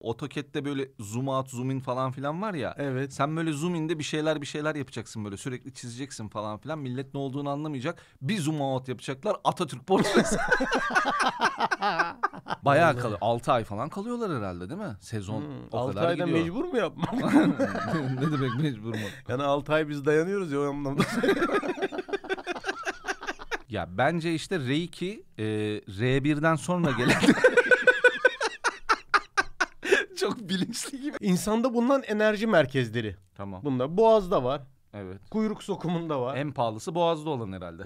AutoCAD'de böyle zoom out, zoom in falan filan var ya. Evet. Sen böyle zoom in'de bir şeyler yapacaksın böyle. Sürekli çizeceksin falan filan. Millet ne olduğunu anlamayacak. Bir zoom out yapacaklar. Atatürk portresi. Bayağı kalıyor. 6 ay falan kalıyorlar herhalde değil mi? Sezon o 6 kadar ayda gidiyor. mecbur mu yapmak? Ne demek mecbur mu? Yani 6 ay biz dayanıyoruz ya o anlamda. Ya bence işte R2 R1'den sonra gelen... Çok bilinçli gibi. İnsanda bulunan enerji merkezleri. Tamam. Bunda boğazda var. Evet. Kuyruk sokumunda var. En pahalısı Boğaz'da olan herhalde.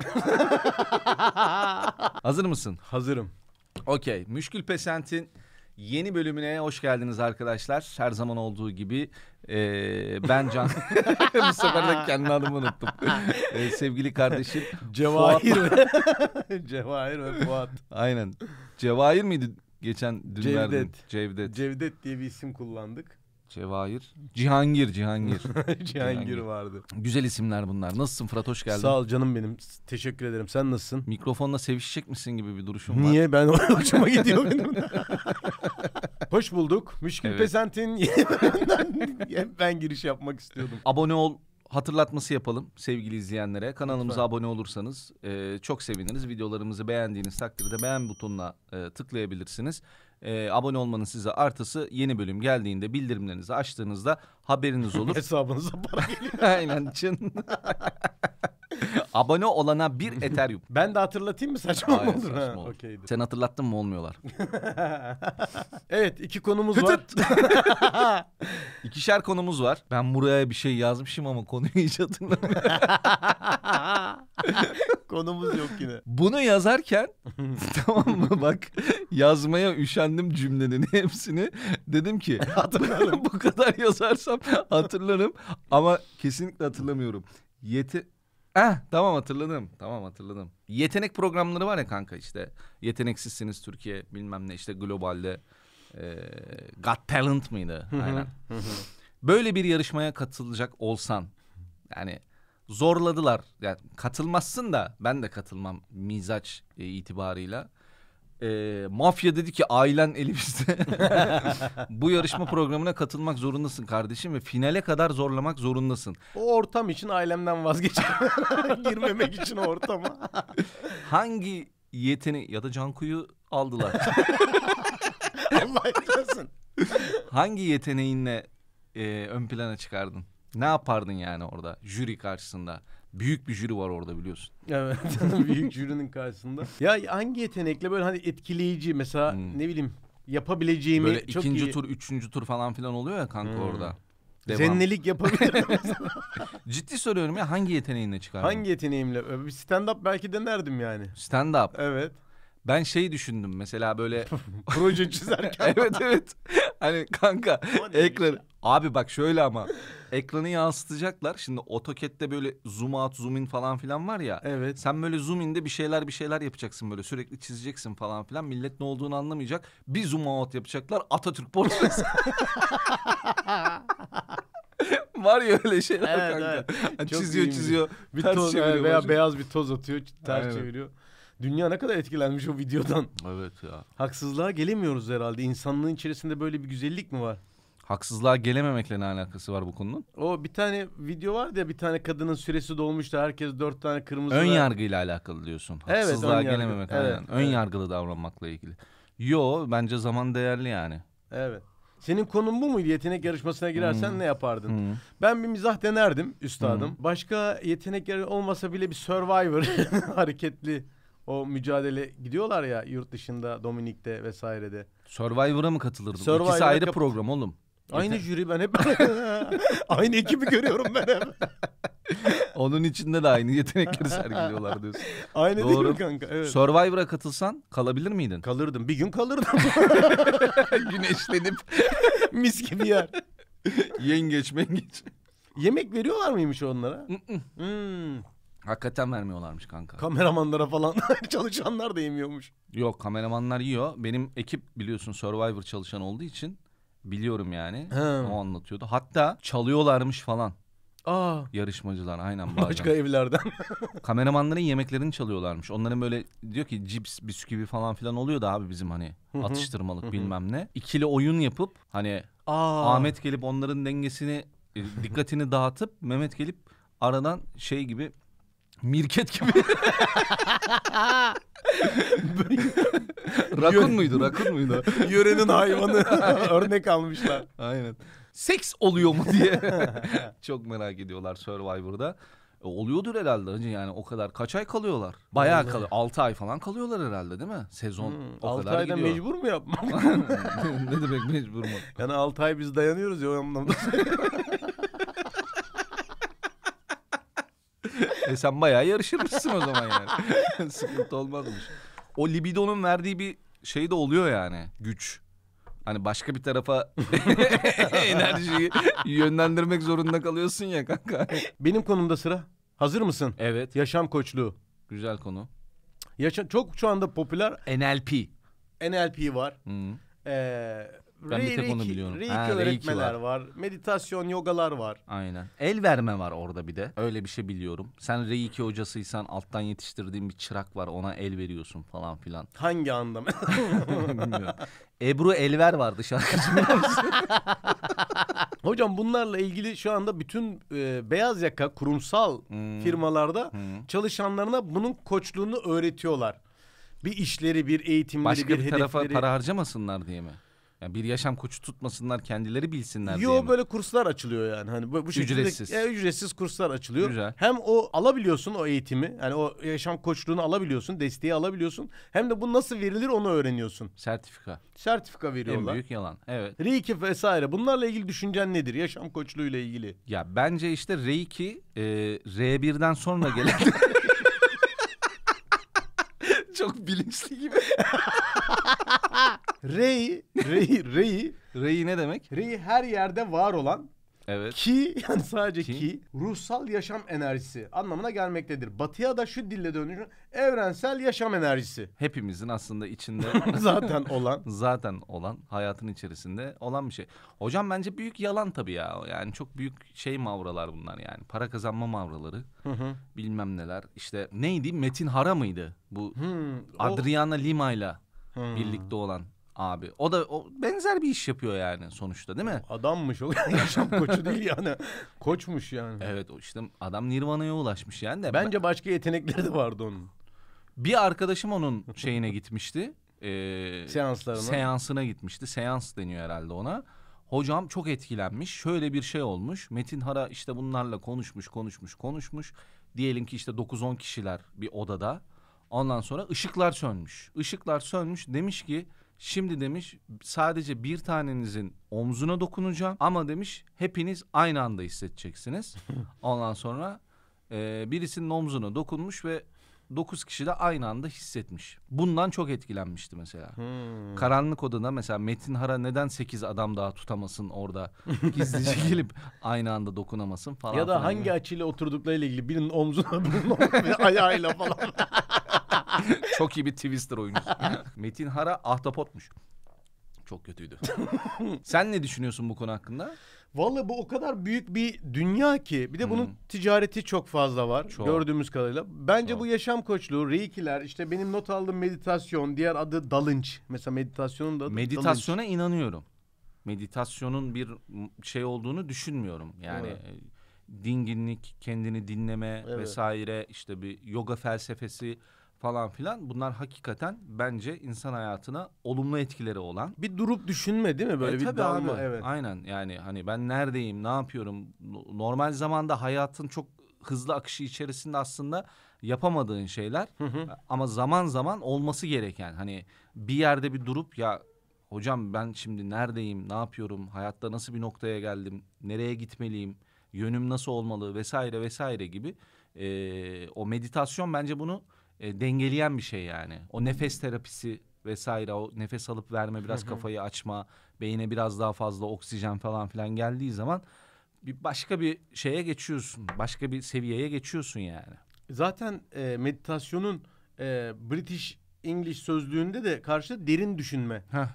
Hazır mısın? Hazırım. Okey. Müşkül Pesent'in yeni bölümüne hoş geldiniz arkadaşlar. Her zaman olduğu gibi ben Can. Bu sefer de kendi adımı unuttum. Sevgili kardeşim Cevahir ve Fuat. Aynen. Cevahir miydi geçen dün Cevdet. verdim? Cevdet. Cevdet diye bir isim kullandık. Cevahir. Cihangir. Cihangir vardı. Güzel isimler bunlar. Nasılsın Fırat, hoş geldin. Sağ ol canım benim. Teşekkür ederim. Sen nasılsın? Mikrofonla sevişecek misin gibi bir duruşum var. Niye? Ben hoşuma gidiyor benim. Hoş bulduk. Müşkül Evet. Pesent'in yeni bölümünden hep ben giriş yapmak istiyordum. Abone ol hatırlatması yapalım sevgili izleyenlere. Kanalımıza Lütfen. abone olursanız çok seviniriz. Videolarımızı beğendiğiniz takdirde beğen butonuna tıklayabilirsiniz. Abone olmanın size artısı, yeni bölüm geldiğinde bildirimlerinizi açtığınızda haberiniz olur. Hesabınıza para geliyor. Aynen çın. Abone olana bir Ethereum. Ben de hatırlatayım mı? Saçma mı Hayır, olur? saçma Ha, olur. okeydi. Sen hatırlattın mı olmuyorlar. Evet, 2 konumuz var. İkişer konumuz var. Ben buraya bir şey yazmışım ama konuyu hiç hatırlamıyorum. Konumuz yok yine. Bunu yazarken tamam mı, bak yazmaya üşendim cümlenin hepsini. Dedim ki hatırlarım. Bu kadar yazarsam hatırlarım ama kesinlikle hatırlamıyorum. Tamam hatırladım. Yetenek programları var ya kanka işte. Yeteneksizsiniz Türkiye bilmem ne işte globalde. Got Talent mıydı? Aynen. Böyle bir yarışmaya katılacak olsan yani zorladılar. Yani katılmazsın da ben de katılmam mizaç itibarıyla. Mafya dedi ki ailen elimizde. Bu yarışma programına katılmak zorundasın kardeşim ve finale kadar zorlamak zorundasın. O ortam için ailemden vazgeçemem. Girmemek için o ortama. Hangi yeteneği ya da Canku'yu aldılar. Allah etmesin. Hangi yeteneğinle ön plana çıkardın? Ne yapardın yani orada jüri karşısında? Büyük bir jüri var orada biliyorsun. Evet. Büyük jürinin karşısında. Ya hangi yetenekle böyle hani etkileyici mesela ne bileyim yapabileceğimi Böyle çok ikinci iyi. tur, üçüncü tur falan filan oluyor ya kanka orada. Devam. Zennelik yapabilirim. Ciddi soruyorum ya, hangi yeteneğinle çıkardın? Hangi yeteneğimle? Bir stand-up belki denerdim yani. Stand up. Evet. Ben şey düşündüm mesela böyle. Proje çizerken. Evet. Hani kanka O neymiş ekran. ya? Abi bak şöyle ama. Ekranı yansıtacaklar. Şimdi AutoCAD'de böyle zoom out, zoom in falan filan var ya. Evet. Sen böyle zoom in'de bir şeyler yapacaksın böyle. Sürekli çizeceksin falan filan. Millet ne olduğunu anlamayacak. Bir zoom out yapacaklar. Atatürk portresi. Var ya öyle şeyler Evet, kanka. evet. Hani Çok çiziyor iyiymiş. Bir ters toz çeviriyor veya başını. beyaz bir toz atıyor, ters Aynen. çeviriyor. Dünya ne kadar etkilenmiş o videodan. Evet ya. Haksızlığa gelemiyoruz herhalde. İnsanlığın içerisinde böyle bir güzellik mi var? Haksızlığa gelememekle ne alakası var bu konunun? O bir tane video vardı ya, bir tane kadının süresi dolmuştu. Herkes 4 tane kırmızı. Ön yargıyla alakalı diyorsun. Evet, Haksızlığa ön yargı. gelememek. Evet, Aynen. Ön evet. yargılı davranmakla ilgili. Yo, bence zaman değerli yani. Evet. Senin konun bu muydu? Yetenek yarışmasına girersen ne yapardın? Hı. Ben bir mizah denerdim üstadım. Başka yetenek yarı olmasa bile bir Survivor hareketli o mücadele gidiyorlar ya yurt dışında, Dominik'te vesairede. Survivor'a mı katılırdın? Survivor'a İkisi ayrı kap- program oğlum. Aynı jüri, ben hep aynı ekibi görüyorum ben hep. Onun içinde de aynı yetenekleri sergiliyorlar diyorsun. Aynı değil Doğru. mi kanka? Evet. Survivor'a katılsan kalabilir miydin? Kalırdım. Bir gün kalırdım. Güneşlenip Mis gibi yer. yengeç. Yemek veriyorlar mıymış onlara? Hakikaten vermiyorlarmış kanka. Kameramanlara falan çalışanlar da yemiyormuş. Yok, kameramanlar yiyor. Benim ekip biliyorsun Survivor çalışan olduğu için biliyorum yani. He. O anlatıyordu. Hatta çalıyorlarmış falan. Yarışmacılar aynen bazen. Başka evlerden. Kameramanların yemeklerini çalıyorlarmış. Onların böyle diyor ki cips, bisküvi falan filan oluyor da abi bizim hani atıştırmalık bilmem ne. İkili oyun yapıp hani Ahmet gelip onların dengesini, dikkatini dağıtıp Mehmet gelip aradan şey gibi mirket gibi. Rakun muydu? Yörenin hayvanı örnek almışlar. Aynen. Seks oluyor mu diye. Çok merak ediyorlar Survivor'da. Oluyordur herhalde hacı yani o kadar. Kaç ay kalıyorlar? Bayağı kalıyor. 6 ay falan kalıyorlar herhalde değil mi? Sezon o 6 kadar ayda gidiyor. mecbur mu yapmak? Ne demek mecbur mu? Yani 6 ay biz dayanıyoruz ya o anlamda. Sen bayağı yarışırmışsın o zaman yani. Sıkıntı olmazmış. O libidonun verdiği bir şey de oluyor yani. Güç. Hani başka bir tarafa enerjiyi yönlendirmek zorunda kalıyorsun ya kanka. Benim konumda sıra. Hazır mısın? Evet. Yaşam koçluğu. Güzel konu. Çok şu anda popüler NLP. NLP var. Ben bir tek onu biliyorum. Reiki öğretmeler var. Meditasyon, yogalar var. Aynen. El verme var orada bir de. Öyle bir şey biliyorum. Sen Reiki hocasıysan alttan yetiştirdiğin bir çırak var. Ona el veriyorsun falan filan. Hangi anda? Bilmiyorum. Ebru Elver vardı şarkıcı. Hocam bunlarla ilgili şu anda bütün beyaz yaka kurumsal firmalarda çalışanlarına bunun koçluğunu öğretiyorlar. Bir işleri, bir eğitimleri, Başka bir tarafa hedefleri. para harcamasınlar diye mi? Yani bir yaşam koçu tutmasınlar, kendileri bilsinler diye Yo mi? böyle kurslar açılıyor yani. Hani bu şekilde Ücretsiz. Ücretsiz kurslar açılıyor. Güzel. Hem o alabiliyorsun o eğitimi. Yani o yaşam koçluğunu alabiliyorsun, desteği alabiliyorsun. Hem de bu nasıl verilir onu öğreniyorsun. Sertifika. Sertifika En veriyorlar. büyük yalan. Evet. Reiki vesaire. Bunlarla ilgili düşüncen nedir? Yaşam koçluğuyla ilgili. Ya bence işte Reiki R1'den sonra gelen... Çok bilinçli gibi. Rei Rei ne demek? her yerde var olan Evet. ki yani sadece Ki? ki ruhsal yaşam enerjisi anlamına gelmektedir. Batıya da şu dille dönüşü evrensel yaşam enerjisi. Hepimizin aslında içinde zaten olan. hayatın içerisinde olan bir şey. Hocam bence büyük yalan tabii ya. Yani çok büyük şey mavralar bunlar yani. Para kazanma mavraları. Bilmem neler. İşte neydi? Metin Hara mıydı? Bu Adriana Lima'yla birlikte olan abi. O da benzer bir iş yapıyor yani sonuçta değil mi? Adammış o yaşam koçu değil yani. Koçmuş yani. Evet işte adam Nirvana'ya ulaşmış yani de. Bence başka yetenekleri de vardı onun. Bir arkadaşım onun şeyine gitmişti. Seansına gitmişti. Seans deniyor herhalde ona. Hocam çok etkilenmiş. Şöyle bir şey olmuş. Metin Hara işte bunlarla konuşmuş. Diyelim ki işte 9-10 kişiler bir odada. Ondan sonra ışıklar sönmüş. Demiş ki şimdi demiş sadece bir tanenizin omzuna dokunacağım. Ama demiş hepiniz aynı anda hissedeceksiniz. Ondan sonra birisinin omzuna dokunmuş ve 9 kişi de aynı anda hissetmiş. Bundan çok etkilenmişti mesela. Karanlık odada mesela Metin Hara neden 8 adam daha tutamasın orada gizlice gelip aynı anda dokunamasın falan. Ya da falan hangi gibi. açıyla oturduklarıyla ilgili birinin omzuna birinin omzuna ayağıyla falan. Çok iyi bir Twister oyuncusu. Metin Hara ahtapotmuş. Çok kötüydü. Sen ne düşünüyorsun bu konu hakkında? Vallahi bu o kadar büyük bir dünya ki. Bir de bunun ticareti çok fazla var. Çok. Gördüğümüz kadarıyla. Bence Çok. bu yaşam koçluğu, reikiler, işte benim not aldığım meditasyon, diğer adı dalınç. Mesela meditasyonun da adı Meditasyona inanıyorum. Meditasyonun bir şey olduğunu düşünmüyorum. Yani dinginlik, kendini dinleme vesaire işte bir yoga felsefesi falan filan bunlar hakikaten bence insan hayatına olumlu etkileri olan. Bir durup düşünme değil mi böyle bir Tabii dalma abi. evet. Aynen yani hani ben neredeyim, ne yapıyorum? Normal zamanda hayatın çok hızlı akışı içerisinde aslında yapamadığın şeyler ama zaman zaman olması gereken hani bir yerde bir durup ya hocam ben şimdi neredeyim, ne yapıyorum, hayatta nasıl bir noktaya geldim, nereye gitmeliyim, yönüm nasıl olmalı vesaire vesaire gibi o meditasyon bence bunu dengeleyen bir şey yani. O nefes terapisi vesaire o nefes alıp verme biraz kafayı açma, beyine biraz daha fazla oksijen falan filan geldiği zaman bir başka bir şeye geçiyorsun. Başka bir seviyeye geçiyorsun yani. Zaten meditasyonun British English sözlüğünde de karşı derin düşünme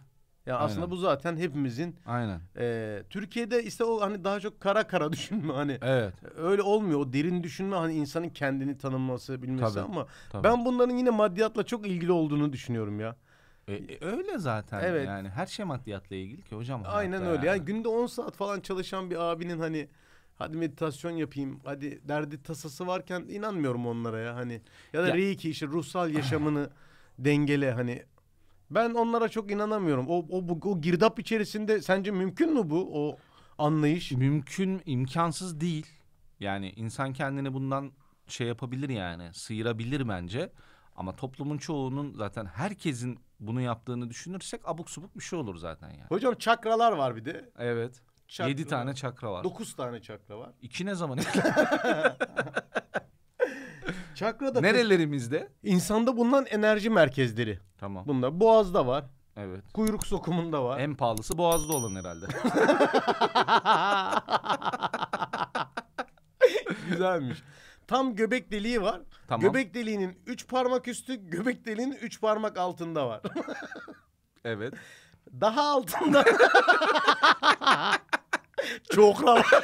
Ya Aynen. aslında bu zaten hepimizin Aynen. Türkiye'de ise o hani daha çok kara düşünme hani Evet. öyle olmuyor. O derin düşünme hani insanın kendini tanıması bilmesi Tabii, ama tabii. ben bunların yine maddiyatla çok ilgili olduğunu düşünüyorum ya. Öyle zaten Evet. yani her şey maddiyatla ilgili ki hocam. Aynen hayatta öyle. Yani günde 10 saat falan çalışan bir abinin hani hadi meditasyon yapayım, hadi derdi tasası varken inanmıyorum onlara ya hani. Ya da Ya- Reiki işte ruhsal yaşamını dengele hani. Ben onlara çok inanamıyorum. O girdap içerisinde sence mümkün mü bu o anlayış? Mümkün, imkansız değil. Yani insan kendini bundan şey yapabilir yani, sıyırabilir bence. Ama toplumun çoğunun zaten herkesin bunu yaptığını düşünürsek abuk subuk bir şey olur zaten yani. Hocam çakralar var bir de. Evet. 7 tane çakra var. 9 tane çakra var. 2 ne zaman? Çakra da Nerelerimizde? insanda bulunan enerji merkezleri. Tamam. Bunda boğazda var. Evet. Kuyruk sokumunda var. En pahalısı boğazda olan herhalde. Güzelmiş. Tam göbek deliği var. Tamam. Göbek deliğinin 3 parmak üstü, göbek deliğinin 3 parmak altında var. Evet. Daha altında çokra var.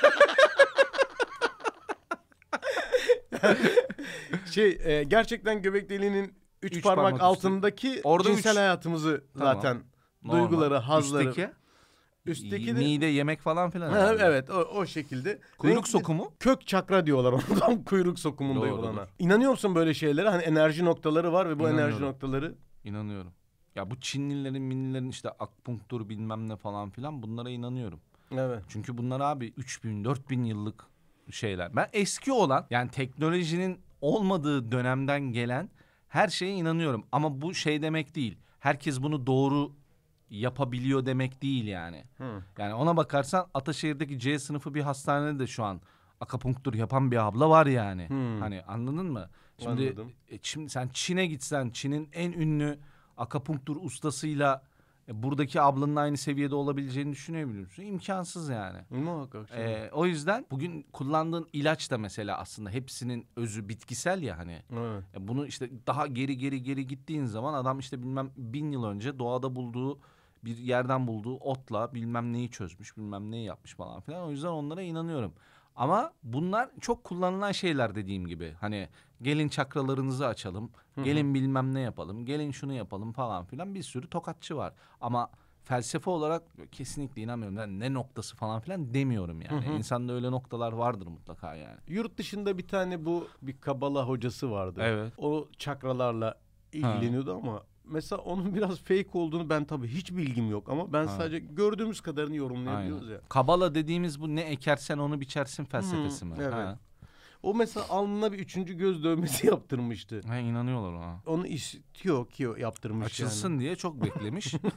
Gerçekten göbek deliğinin 3 Üç parmak, parmak altındaki Orada cinsel üç. hayatımızı Tamam. zaten Normal. duyguları, hazları. Üstteki de mide, yemek falan filan. Ha, herhalde. evet o şekilde. Kuyruk Renkli- sokumu? Kök çakra diyorlar ona. Tam kuyruk sokumunda Doğrudur. olana. İnanıyor musun böyle şeylere? Hani enerji noktaları var ve bu enerji İnanıyorum. noktaları. İnanıyorum. Ya bu Çinlilerin, Minlilerin işte akupunktur bilmem ne falan filan bunlara inanıyorum. Evet. Çünkü bunlar abi 3000, 4000 yıllık şeyler. Ben eski olan yani teknolojinin olmadığı dönemden gelen her şeye inanıyorum. Ama bu şey demek değil. Herkes bunu doğru yapabiliyor demek değil yani. Hı. Yani ona bakarsan Ataşehir'deki C sınıfı bir hastanede de şu an akupunktur yapan bir abla var yani. Hani anladın mı? Şimdi Anladım. şimdi sen Çin'e gitsen Çin'in en ünlü akupunktur ustasıyla buradaki ablanın aynı seviyede olabileceğini düşünebiliyor musun? İmkansız yani. Muhakkak. O yüzden bugün kullandığın ilaç da mesela aslında hepsinin özü bitkisel ya hani. Evet. Bunu işte daha geri gittiğin zaman adam işte bilmem 1000 yıl önce doğada bulduğu bir yerden bulduğu otla bilmem neyi çözmüş, bilmem neyi yapmış falan filan. O yüzden onlara inanıyorum. Ama bunlar çok kullanılan şeyler dediğim gibi. Hani gelin çakralarınızı açalım, gelin bilmem ne yapalım, gelin şunu yapalım falan filan bir sürü tokatçı var. Ama felsefe olarak kesinlikle inanmıyorum. Yani ne noktası falan filan demiyorum yani. İnsanda öyle noktalar vardır mutlaka yani. Yurt dışında bir tane bir kabala hocası vardı. Evet. O çakralarla ilgileniyordu ama mesela onun biraz fake olduğunu ben tabii hiç bilgim yok ama ben sadece gördüğümüz kadarını yorumlayabiliyoruz Aynen. ya. Kabala dediğimiz bu ne ekersen onu biçersin felsefesi mi? evet. Ha. O mesela alnına bir 3. göz dövmesi yaptırmıştı. Ha, inanıyorlar ona. Onu istiyor ki yaptırmış Açılsın diye çok beklemiş. yani.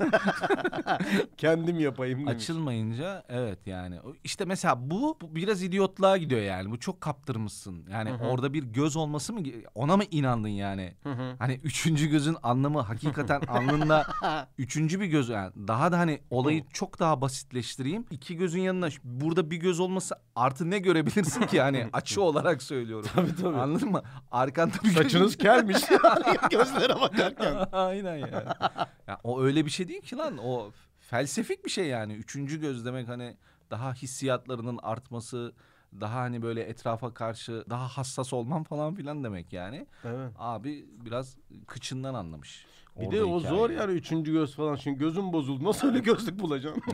Kendim yapayım demiş. Açılmayınca evet yani. İşte mesela bu biraz idiotluğa gidiyor yani. Bu çok kaptırmışsın. Yani orada bir göz olması mı? Ona mı inandın yani? Hani 3. gözün anlamı hakikaten alnında 3. bir göz. Yani daha da hani olayı çok daha basitleştireyim. 2 gözün yanına burada bir göz olması artı ne görebilirsin ki yani açı olarak söylüyorum. Tabii. Anladın mı? Arkanda bir Saçınız kelmiş. Gözlere bakarken. Aynen yani. Ya o öyle bir şey değil ki lan. O felsefik bir şey yani. 3. göz demek hani daha hissiyatlarının artması, daha hani böyle etrafa karşı daha hassas olman falan filan demek yani. Evet. Abi biraz kıçından anlamış. Bir Orada de o hikaye. zor yani 3. göz falan. Şimdi gözüm bozuldu. Nasıl öyle gözlük bulacağım?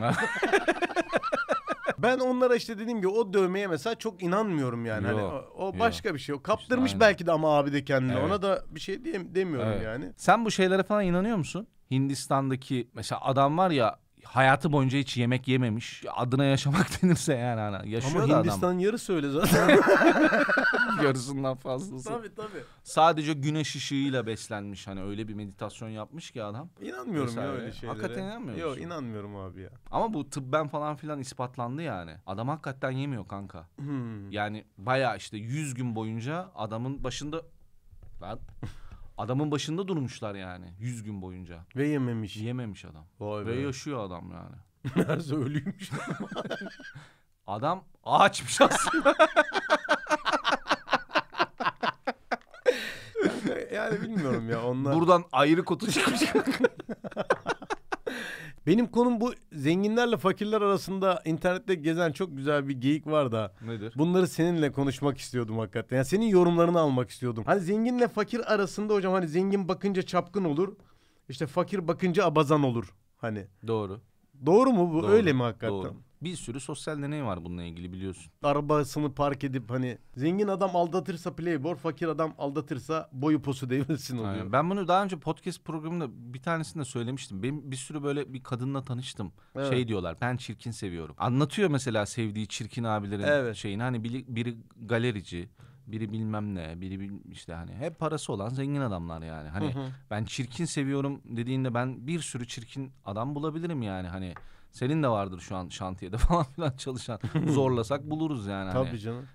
Ben onlara işte dediğim gibi o dövmeye mesela çok inanmıyorum yani. Hani Yok, o başka bir şey. O kaptırmış aynen. belki de ama abi de kendine. Evet. Ona da bir şey demiyorum Evet. yani. Sen bu şeylere falan inanıyor musun? Hindistan'daki mesela adam var ya hayatı boyunca hiç yemek yememiş. Adına yaşamak denirse yani hani yaşıyor Ama da Hindistan'ın yarısı öyle zaten. adam. Yarısından fazlası. tabii. Sadece güneş ışığıyla beslenmiş. Hani öyle bir meditasyon yapmış ki adam. İnanmıyorum ya Vesaire. öyle şeylere. Hakikaten inanmıyor Yok musun? inanmıyorum abi ya. Ama bu tıbben falan filan ispatlandı yani. Adam hakikaten yemiyor kanka. Yani bayağı işte 100 gün boyunca adamın başında... Adamın başında durmuşlar yani 100 gün boyunca. Ve yememiş. Yememiş adam. Vay Ve be. yaşıyor adam yani. Meğerse ölüymüş. Adam ağaçmış aslında. Yani bilmiyorum ya onlar. Buradan ayrı kutu çıkmış. Benim konum bu, zenginlerle fakirler arasında internette gezen çok güzel bir geyik var da. Nedir? Bunları seninle konuşmak istiyordum hakikaten. Yani senin yorumlarını almak istiyordum. Hani zenginle fakir arasında hocam, hani zengin bakınca çapkın olur. İşte fakir bakınca abazan olur. Hani. Doğru. Doğru mu bu? Doğru, Öyle mi hakikaten? Doğru. Bir sürü sosyal deney var bununla ilgili, biliyorsun. Arabasını park edip hani zengin adam aldatırsa playboy, fakir adam aldatırsa boyu posu devrilsin oluyor. Aynen. Ben bunu daha önce podcast programında bir tanesinde söylemiştim. Benim bir sürü böyle bir kadınla tanıştım. Evet. Şey diyorlar, ben çirkin seviyorum. Anlatıyor mesela sevdiği çirkin abilerin şeyini. Hani biri galerici, biri bilmem ne, işte hani hep parası olan zengin adamlar yani. Hani ben çirkin seviyorum dediğinde ben bir sürü çirkin adam bulabilirim yani. Hani senin de vardır şu an şantiyede falan filan çalışan. Zorlasak buluruz yani. Tabii hani. canım.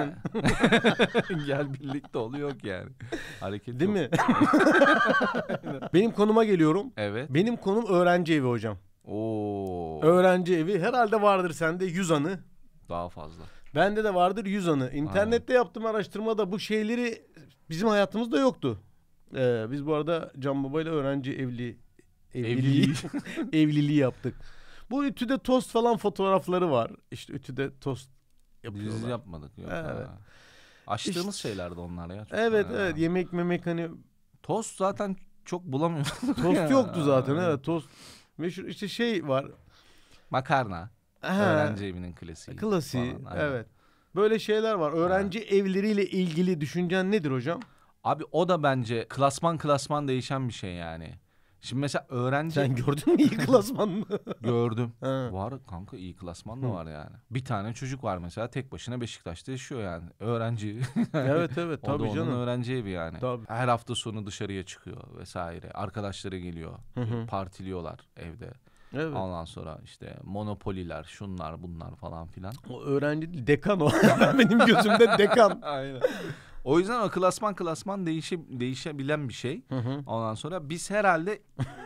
Gel birlikte ol, yok yani. Hareket Değil yok. mi? Benim konuma geliyorum. Evet. Benim konum öğrenci evi hocam. Oo. Öğrenci evi herhalde vardır sende 100 anı. Daha fazla. Bende de vardır 100 anı. İnternette yaptığım araştırmada bu şeyleri bizim hayatımızda yoktu. Biz bu arada Can Baba ile öğrenci evliliği yaptık. Bu ütüde tost falan fotoğrafları var. İşte ütüde tost yapıyorlar. Biz yapmadık. Yok. Evet. Açtığımız şeylerdi onlar ya. Çok Evet yani. evet, yemek memek hani. Tost zaten çok bulamıyorduk. Tost yoktu zaten, evet, tost. Meşhur işte şey var. Makarna. Öğrenci evinin klasiği. Klasiği falan. evet. Böyle şeyler var. Öğrenci evleriyle ilgili düşüncen nedir hocam? Abi o da bence klasman değişen bir şey yani. Şimdi mesela öğrenci... Sen gördün mü iyi klasman mı? Gördüm. Var kanka, iyi klasman da var yani. Bir tane çocuk var mesela, tek başına Beşiktaş'ta yaşıyor yani. Öğrenci. Evet O da tabii onun canım. öğrenci evi yani. Tabii. Her hafta sonu dışarıya çıkıyor vesaire. Arkadaşları geliyor. Partiliyorlar evde. Evet. Ondan sonra işte monopoliler, şunlar bunlar falan filan. O öğrenci değil, dekan o. Benim gözümde dekan. Aynen. O yüzden o klasman değişebilen bir şey. Ondan sonra biz herhalde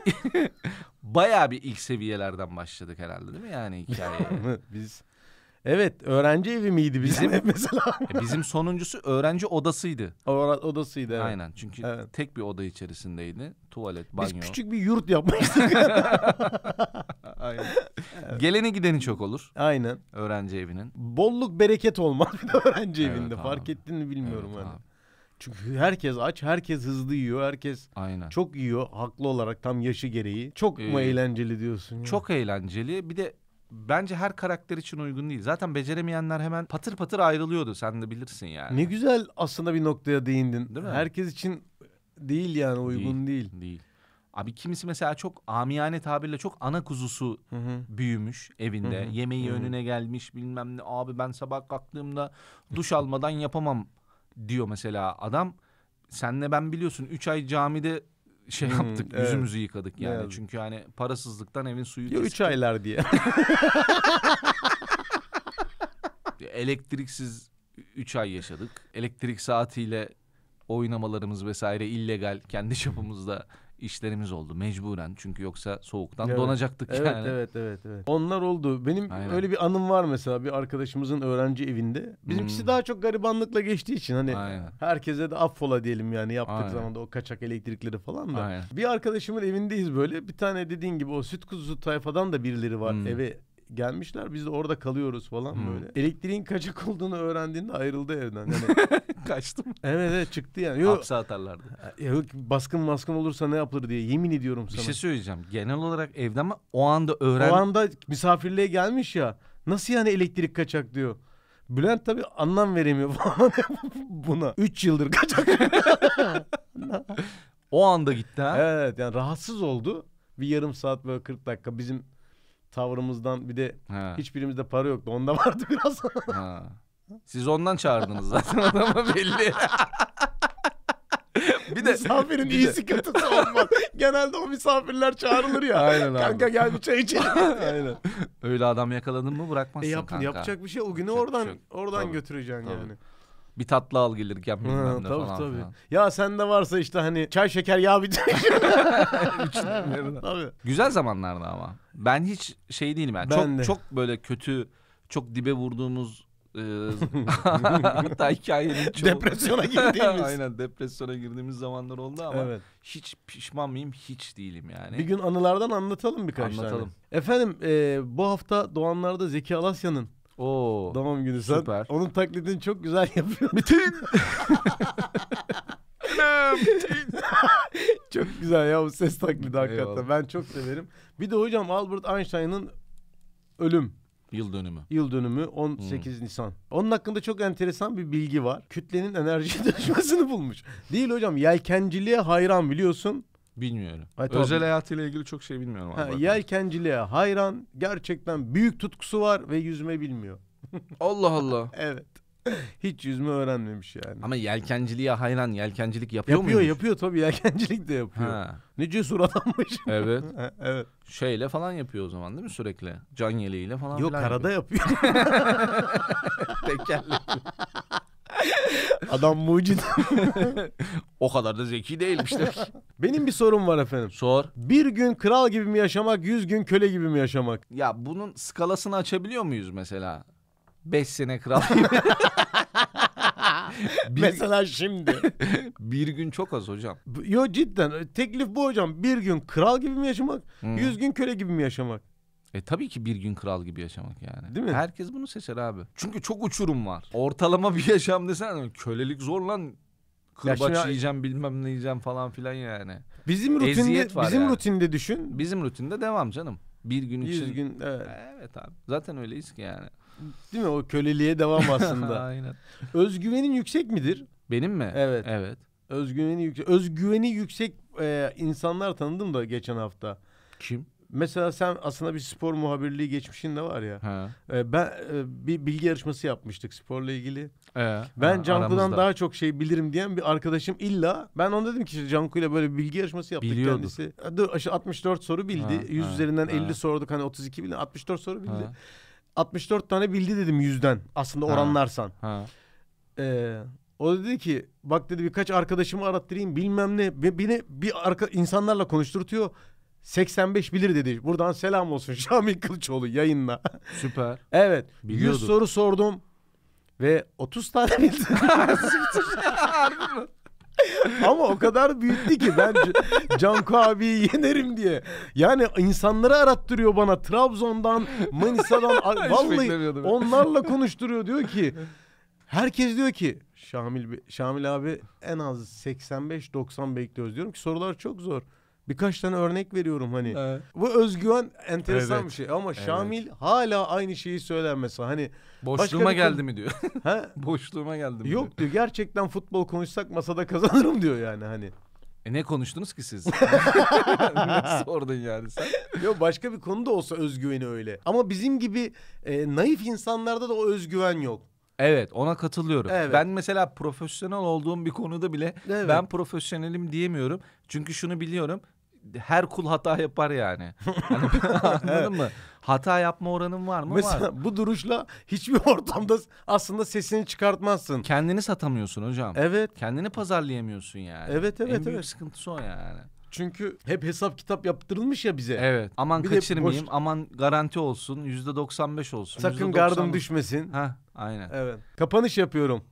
bayağı bir ilk seviyelerden başladık herhalde, değil mi yani hikayeye? Biz evet, öğrenci evi miydi bizim ev mesela? Bizim sonuncusu öğrenci odasıydı. Odasıydı evet. Aynen, çünkü tek bir oda içerisindeydi. Tuvalet, banyo. Biz küçük bir yurt yapmıştık. Aynen. Geleni gideni çok olur. Aynen. Öğrenci evinin. Bolluk bereket olmaz bir de öğrenci Evet, evinde. abi. Fark ettin mi bilmiyorum Evet, hani. abi. Çünkü herkes aç, herkes hızlı yiyor, herkes Aynen. çok yiyor haklı olarak tam yaşı gereği. Çok mu eğlenceli diyorsun ya? Çok eğlenceli. Bir de bence her karakter için uygun değil. Zaten beceremeyenler hemen patır patır ayrılıyordu. Sen de bilirsin yani. Ne güzel aslında bir noktaya değindin. Değil mi? Herkes için değil yani, uygun değil. Değil. Abi kimisi mesela çok amiyane tabirle çok ana kuzusu büyümüş evinde. Yemeği önüne gelmiş bilmem ne. Abi ben sabah kalktığımda duş almadan yapamam diyor mesela adam. Senle ben biliyorsun 3 ay camide yaptık. evet. Yüzümüzü yıkadık yani. Evet. Çünkü hani parasızlıktan evin suyu Ya kesik. 3 aylar diye. Elektriksiz 3 ay yaşadık. Elektrik saatiyle oynamalarımız vesaire illegal. Kendi çapımızda işlerimiz oldu mecburen. Çünkü yoksa soğuktan donacaktık yani. Evet. Onlar oldu. Benim öyle bir anım var mesela, bir arkadaşımızın öğrenci evinde. Bizimkisi daha çok garibanlıkla geçtiği için hani herkese de affola diyelim yani, yaptık zamanda o kaçak elektrikleri falan da. Aynen. Bir arkadaşımın evindeyiz böyle. Bir tane dediğin gibi o süt kuzusu tayfadan da birileri var eve gelmişler. Biz de orada kalıyoruz falan böyle. Elektriğin kaçak olduğunu öğrendiğinde ayrıldı evden. Yani Kaçtım. evet çıktı yani. Hapse atarlardı. Yok, baskın olursa ne yapılır diye yemin ediyorum sana. Bir şey söyleyeceğim. Genel olarak evde ama o anda O anda misafirliğe gelmiş ya. Nasıl yani elektrik kaçak diyor. Bülent tabii anlam veremiyor falan buna. 3 yıldır kaçak. o anda gitti ha. Evet yani rahatsız oldu. Bir yarım saat böyle 40 dakika bizim tavrımızdan, bir de hiçbirimizde para yoktu. Onda vardı biraz. Siz ondan çağırdınız zaten adamı belli. Bir de misafirin iyisi kötüsü olmaz. Genelde o misafirler çağrılır ya. Aynen abi. Kanka gel bir çay içelim. Aynen. Öyle adam yakaladın mı bırakmazsın kanka. Yapacak bir şey. O günü oradan götüreceksin yani. Bir tatlı al gelirken bilmem ne tabii, falan. Tabii. Falan. Ya sende varsa işte hani çay şeker yağ bir Tabii. Güzel zamanlardı ama. Ben hiç şey değilim yani. Çok böyle kötü, çok dibe vurduğumuz Hatta hikayenin çoğu. Depresyona girdiğimiz. Aynen, depresyona girdiğimiz zamanlar oldu ama hiç pişman mıyım? Hiç değilim yani. Bir gün anılardan anlatalım birkaç tane. Efendim bu hafta doğanlarda Zeki Alasya'nın doğum günü. Süper. Onun taklidini çok güzel yapıyor. Bütün. Çok güzel ya bu ses taklidi hakikaten. Eyvallah. Ben çok severim. Bir de hocam Albert Einstein'ın ölüm yıl dönümü 18 Nisan. Onun hakkında çok enteresan bir bilgi var. Kütlenin enerji taşımasını bulmuş. Değil hocam, yelkenciliğe hayran, biliyorsun. Bilmiyorum. Özel hayatıyla ilgili çok şey bilmiyorum. Yelkenciliğe hayran, gerçekten büyük tutkusu var ve yüzme bilmiyor. Allah Allah. Evet. Hiç yüzme öğrenmemiş yani. Ama yelkenciliğe hayran, yelkencilik yapıyor mu? Yapıyor tabii, yelkencilik de yapıyor. Ne cesur adammış. Evet. Evet. Şeyle falan yapıyor o zaman değil mi sürekli? Can yeleğiyle falan. Yok, karada yapıyor. Tekerle. Adam mucit. O kadar da zeki değilmiş demek. Benim bir sorum var efendim. Sor. Bir gün kral gibi mi yaşamak, 100 gün köle gibi mi yaşamak? Ya bunun skalasını açabiliyor muyuz mesela? 5 sene kral gibi. Mesela şimdi. Bir gün çok az hocam. Yo, cidden. Teklif bu hocam. Bir gün kral gibi mi yaşamak, 100 gün köle gibi mi yaşamak? Tabii ki bir gün kral gibi yaşamak yani. Değil mi? Herkes bunu seçer abi. Çünkü çok uçurum var. Ortalama bir yaşam desen kölelik zor lan. Kırbaç yiyeceğim, bilmem ne yiyeceğim falan filan yani. Bizim rutinde düşün. Bizim rutinde devam canım. Bir gün 100 için. gün, evet. Evet abi. Zaten öyleyiz ki yani. Değil mi? O köleliğe devam aslında. Aynen. Özgüvenin yüksek midir? Benim mi? Evet. Özgüveni yüksek insanlar tanıdım da geçen hafta. Kim? Mesela sen aslında bir spor muhabirliği geçmişin de var ya. Ben bir bilgi yarışması yapmıştık sporla ilgili. Ben Canku'dan daha çok şey bilirim diyen bir arkadaşım ben ona dedim ki işte Canku'yla böyle bir bilgi yarışması yaptık kendisi. 64 soru bildi. 100 üzerinden 50 sorduk, hani 32 bildi. 64 soru bildi. 64 tane bildi dedim 100'den. Aslında oranlarsan. O dedi ki bak dedi, birkaç arkadaşımı arattırayım bilmem ne. Beni insanlarla konuşturtuyor. 85 bilir dedi. Buradan selam olsun Şamil Kılıçoğlu yayınla. Süper. Evet. Biliyordum. 100 soru sordum ve 30 tane bildim. Harbi mi? Ama o kadar büyüttü ki ben Canku abiyi yenerim diye. Yani insanları arattırıyor bana. Trabzon'dan, Manisa'dan. Vallahi onlarla konuşturuyor, diyor ki. Herkes diyor ki Şamil abi en az 85-90 bekliyoruz. Diyorum ki sorular çok zor. Birkaç tane örnek veriyorum hani. Bu özgüven enteresan bir şey ama Şamil hala aynı şeyi söyler mesela. Hani boşluğuma geldi mi diyor. Boşluğuma geldi mi? Yok diyor, gerçekten futbol konuşsak masada kazanırım diyor yani hani. Ne konuştunuz ki siz? Ne sordun yani sen? Yok, başka bir konu da olsa özgüveni öyle. Ama bizim gibi naif insanlarda da o özgüven yok. Evet, ona katılıyorum. Evet. Ben mesela profesyonel olduğum bir konuda bile ben profesyonelim diyemiyorum. Çünkü şunu biliyorum. Her kul hata yapar yani. Anladın mı? Hata yapma oranın var mı? Mesela var. Bu duruşla hiçbir ortamda aslında sesini çıkartmazsın. Kendini satamıyorsun hocam. Evet. Kendini pazarlayamıyorsun yani. Evet. En büyük sıkıntısı o yani. Çünkü hep hesap kitap yaptırılmış ya bize. Evet. Aman kaçırmayayım, aman garanti olsun, %95 olsun. Sakın gardım düşmesin. Aynen. Evet. Kapanış yapıyorum.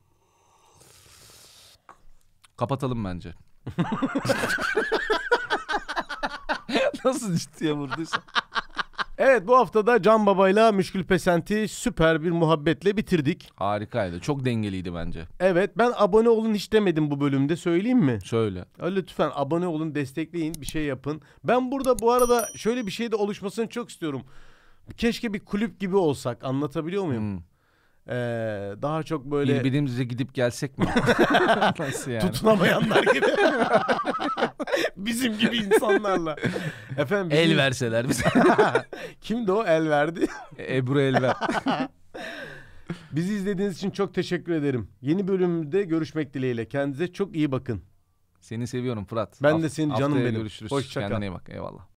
Kapatalım bence. Nasıl ciddiye vurduysa. Evet, bu haftada Can Baba'yla Müşkül Pesent'i süper bir muhabbetle bitirdik. Harikaydı. Çok dengeliydi bence. Evet, ben abone olun hiç demedim bu bölümde, söyleyeyim mi? Söyle. Lütfen abone olun, destekleyin, bir şey yapın. Ben burada bu arada şöyle bir şey de oluşmasını çok istiyorum. Keşke bir kulüp gibi olsak, anlatabiliyor muyum? Daha çok böyle... Birbirimize gidip gelsek mi? Nasıl yani? Tutunamayanlar gibi. Bizim gibi insanlarla. Efendim el verseler bize. Kimdi o el verdi? Ebru Elver. Bizi izlediğiniz için çok teşekkür ederim. Yeni bölümde görüşmek dileğiyle. Kendinize çok iyi bakın. Seni seviyorum Fırat. Ben de seni canım benim. Görüşürüz. Hoşça kal. Kendine iyi bak. Eyvallah.